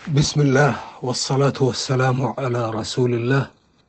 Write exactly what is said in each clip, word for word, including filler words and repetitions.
بسم الله والصلاة والسلام على رسول الله.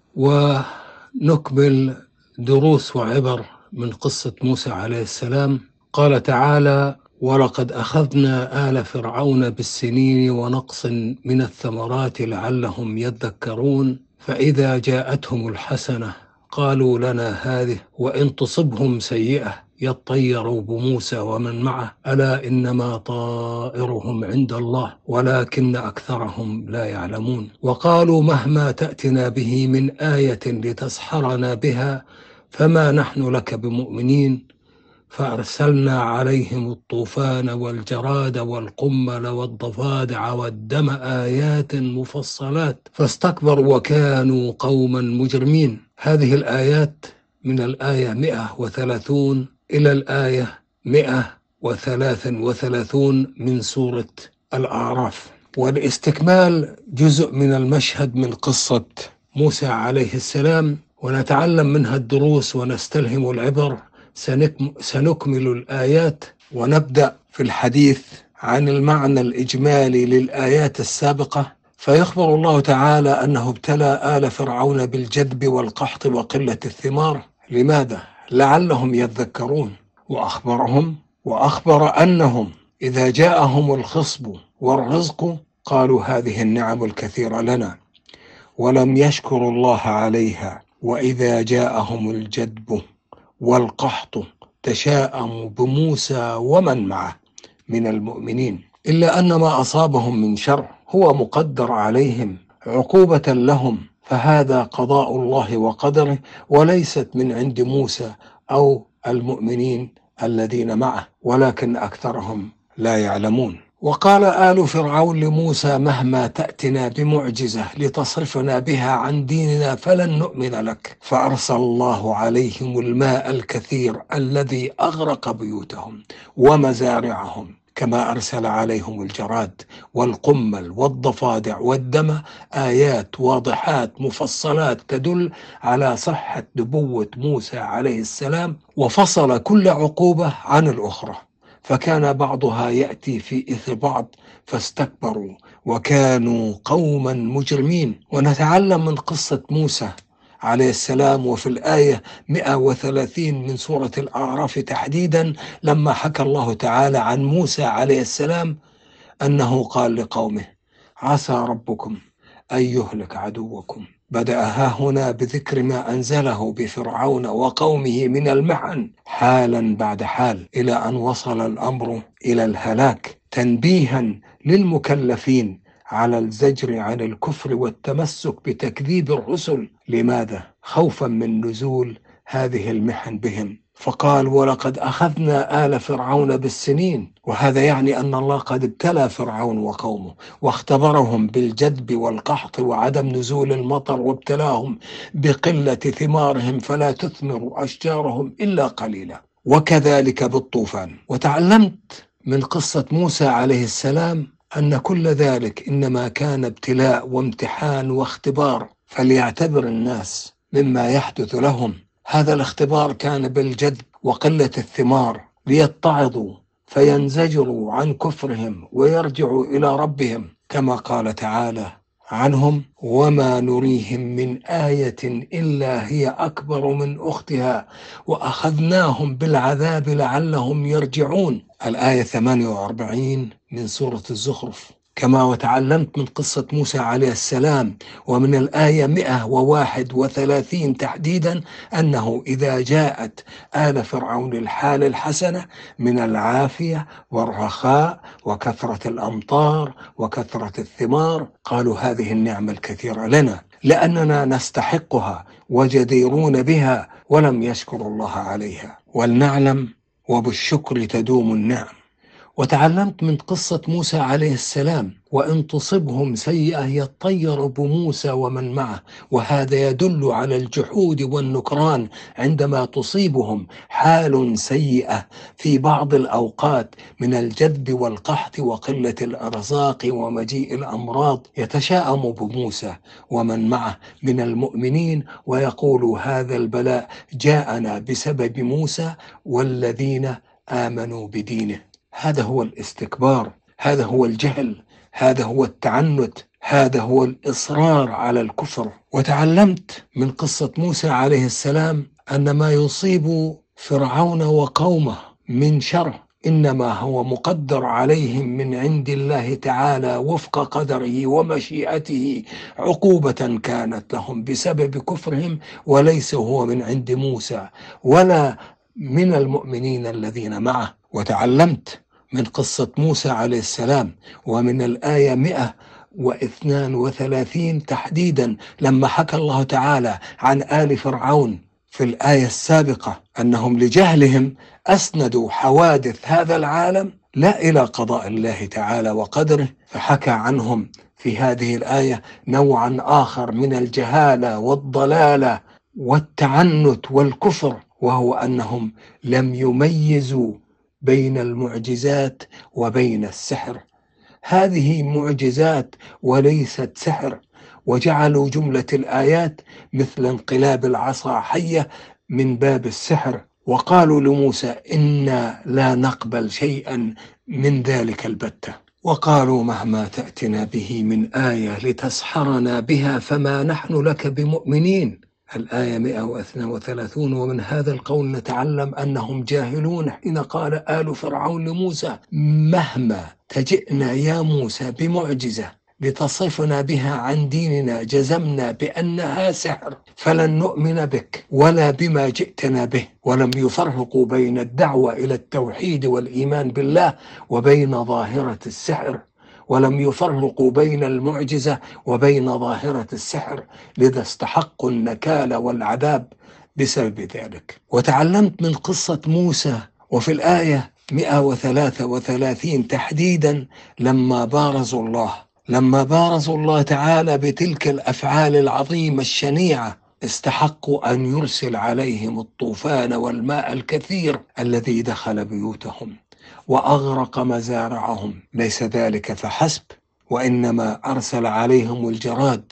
ونكمل دروس وعبر من قصة موسى عليه السلام. قال تعالى: ولقد أخذنا آل فرعون بالسنين ونقص من الثمرات لعلهم يذكرون فإذا جاءتهم الحسنة قالوا لنا هذه وإن تصبهم سيئة يطيروا بموسى ومن معه ألا إنما طائرهم عند الله ولكن أكثرهم لا يعلمون. وقالوا مهما تأتنا به من آية لتسحرنا بها فما نحن لك بمؤمنين فأرسلنا عليهم الطوفان والجراد والقمل والضفادع والدم آيات مفصلات فاستكبروا وكانوا قوما مجرمين. هذه الآيات من الآية مئة وثلاثون إلى الآية مئة وثلاث وثلاثون من سورة الأعراف. ولإستكمال جزء من المشهد من قصة موسى عليه السلام ونتعلم منها الدروس ونستلهم العبر، سنكمل الآيات ونبدأ في الحديث عن المعنى الإجمالي للآيات السابقة. فيخبر الله تعالى أنه ابتلى آل فرعون بالجدب والقحط وقلة الثمار. لماذا؟ لعلهم يذكرون. وأخبرهم وأخبر أنهم إذا جاءهم الخصب والرزق قالوا هذه النعم الكثيرة لنا ولم يشكروا الله عليها، وإذا جاءهم الجدب والقحط تشاءموا بموسى ومن معه من المؤمنين، إلا أن ما أصابهم من شر هو مقدر عليهم عقوبة لهم، فهذا قضاء الله وقدره وليست من عند موسى أو المؤمنين الذين معه، ولكن أكثرهم لا يعلمون. وقال آل فرعون لموسى مهما تأتنا بمعجزة لتصرفنا بها عن ديننا فلن نؤمن لك، فأرسل الله عليهم الماء الكثير الذي أغرق بيوتهم ومزارعهم كما أرسل عليهم الجراد والقمل والضفادع والدم آيات واضحات مفصلات تدل على صحة نبوة موسى عليه السلام، وفصل كل عقوبة عن الأخرى، فكان بعضها يأتي في إثر بعض فاستكبروا وكانوا قوما مجرمين. ونتعلم من قصة موسى عليه السلام وفي الآية مئة وثلاثين من سورة الأعراف تحديدا لما حكى الله تعالى عن موسى عليه السلام أنه قال لقومه عسى ربكم أن يهلك عدوكم. بدأ ها هنا بذكر ما أنزله بفرعون وقومه من المحن حالا بعد حال إلى أن وصل الأمر إلى الهلاك، تنبيها للمكلفين على الزجر عن الكفر والتمسك بتكذيب الرسل. لماذا؟ خوفا من نزول هذه المحن بهم. فقال ولقد أخذنا آل فرعون بالسنين، وهذا يعني أن الله قد ابتلى فرعون وقومه واختبرهم بالجدب والقحط وعدم نزول المطر، وابتلاهم بقلة ثمارهم فلا تثمر أشجارهم إلا قليلا، وكذلك بالطوفان. وتعلمت من قصة موسى عليه السلام أن كل ذلك إنما كان ابتلاء وامتحان واختبار، فليعتبر الناس مما يحدث لهم. هذا الاختبار كان بالجدب وقلة الثمار ليتعظوا فينزجروا عن كفرهم ويرجعوا إلى ربهم، كما قال تعالى عنهم وما نريهم من آية إلا هي أكبر من أختها وأخذناهم بالعذاب لعلهم يرجعون. الآية ثمانية وأربعين من سورة الزخرف. كما وتعلمت من قصة موسى عليه السلام ومن الآية مئة وواحد وثلاثين تحديدا أنه إذا جاءت آل فرعون الحال الحسنة من العافية والرخاء وكثرة الأمطار وكثرة الثمار قالوا هذه النعمة الكثيرة لنا لأننا نستحقها وجديرون بها ولم يشكروا الله عليها. ولنعلم وبالشكر تدوم النعم. وتعلمت من قصة موسى عليه السلام وإن تصبهم سيئة يطير بموسى ومن معه، وهذا يدل على الجحود والنكران عندما تصيبهم حال سيئة في بعض الأوقات من الجد والقحط وقلة الأرزاق ومجيء الأمراض، يتشاءم بموسى ومن معه من المؤمنين ويقول هذا البلاء جاءنا بسبب موسى والذين آمنوا بدينه. هذا هو الاستكبار، هذا هو الجهل، هذا هو التعنت، هذا هو الإصرار على الكفر. وتعلمت من قصة موسى عليه السلام أن ما يصيب فرعون وقومه من شر إنما هو مقدر عليهم من عند الله تعالى وفق قدره ومشيئته، عقوبة كانت لهم بسبب كفرهم، وليس هو من عند موسى ولا من المؤمنين الذين معه. وتعلمت من قصة موسى عليه السلام ومن الآية مئة واثنان وثلاثين تحديدا لما حكى الله تعالى عن آل فرعون في الآية السابقة أنهم لجهلهم أسندوا حوادث هذا العالم لا إلى قضاء الله تعالى وقدره، فحكى عنهم في هذه الآية نوعا آخر من الجهالة والضلالة والتعنت والكفر، وهو أنهم لم يميزوا بين المعجزات وبين السحر. هذه معجزات وليست سحر، وجعلوا جملة الآيات مثل انقلاب العصا حية من باب السحر، وقالوا لموسى إنا لا نقبل شيئا من ذلك البتة، وقالوا مهما تأتنا به من آية لتسحرنا بها فما نحن لك بمؤمنين. الآية مئة واثنين وثلاثين. ومن هذا القول نتعلم أنهم جاهلون حين قال آل فرعون لموسى مهما تجئنا يا موسى بمعجزة لتصفنا بها عن ديننا جزمنا بأنها سحر فلن نؤمن بك ولا بما جئتنا به. ولم يفرقوا بين الدعوة إلى التوحيد والإيمان بالله وبين ظاهرة السحر، ولم يفرقوا بين المعجزة وبين ظاهرة السحر، لذا استحقوا النكال والعذاب بسبب ذلك. وتعلمت من قصة موسى وفي الآية مئة وثلاثة وثلاثين تحديدا لما بارزوا الله لما بارزوا الله تعالى بتلك الأفعال العظيمة الشنيعة استحقوا أن يرسل عليهم الطوفان والماء الكثير الذي دخل بيوتهم وأغرق مزارعهم. ليس ذلك فحسب، وإنما أرسل عليهم الجراد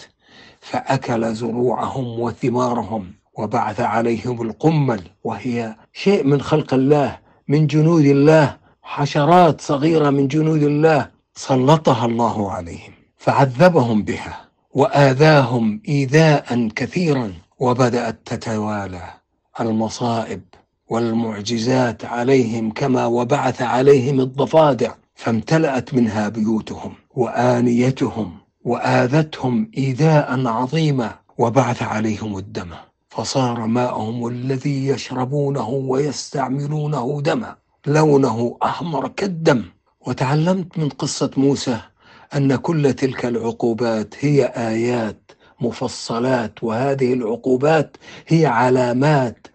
فأكل زروعهم وثمارهم، وبعث عليهم القمل وهي شيء من خلق الله من جنود الله، حشرات صغيرة من جنود الله سلطها الله عليهم فعذبهم بها وآذاهم إيذاء كثيرا. وبدأت تتوالى المصائب والمعجزات عليهم كما وبعث عليهم الضفادع فامتلأت منها بيوتهم وآنيتهم وآذتهم إيذاء عظيما، وبعث عليهم الدم فصار ماءهم الذي يشربونه ويستعملونه دما لونه أحمر كالدم. وتعلمت من قصة موسى أن كل تلك العقوبات هي آيات مفصلات، وهذه العقوبات هي علامات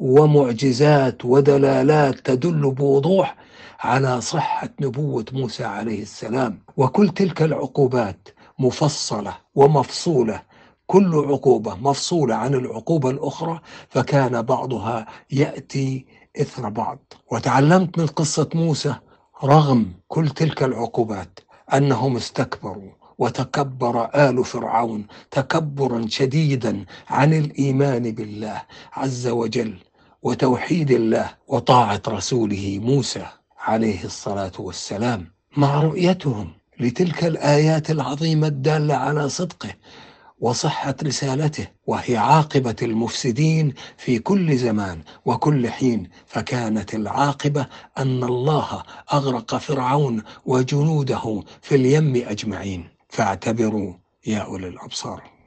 ومعجزات ودلالات تدل بوضوح على صحة نبوة موسى عليه السلام. وكل تلك العقوبات مفصلة ومفصولة، كل عقوبة مفصولة عن العقوبة الأخرى، فكان بعضها يأتي إثر بعض. وتعلمت من قصة موسى رغم كل تلك العقوبات أنهم استكبروا وتكبر آل فرعون تكبرا شديدا عن الإيمان بالله عز وجل وتوحيد الله وطاعة رسوله موسى عليه الصلاة والسلام، مع رؤيتهم لتلك الآيات العظيمة الدالة على صدقه وصحة رسالته، وهي عاقبة المفسدين في كل زمان وكل حين. فكانت العاقبة أن الله أغرق فرعون وجنوده في اليم أجمعين. فاعتبروا يا أولي الأبصار.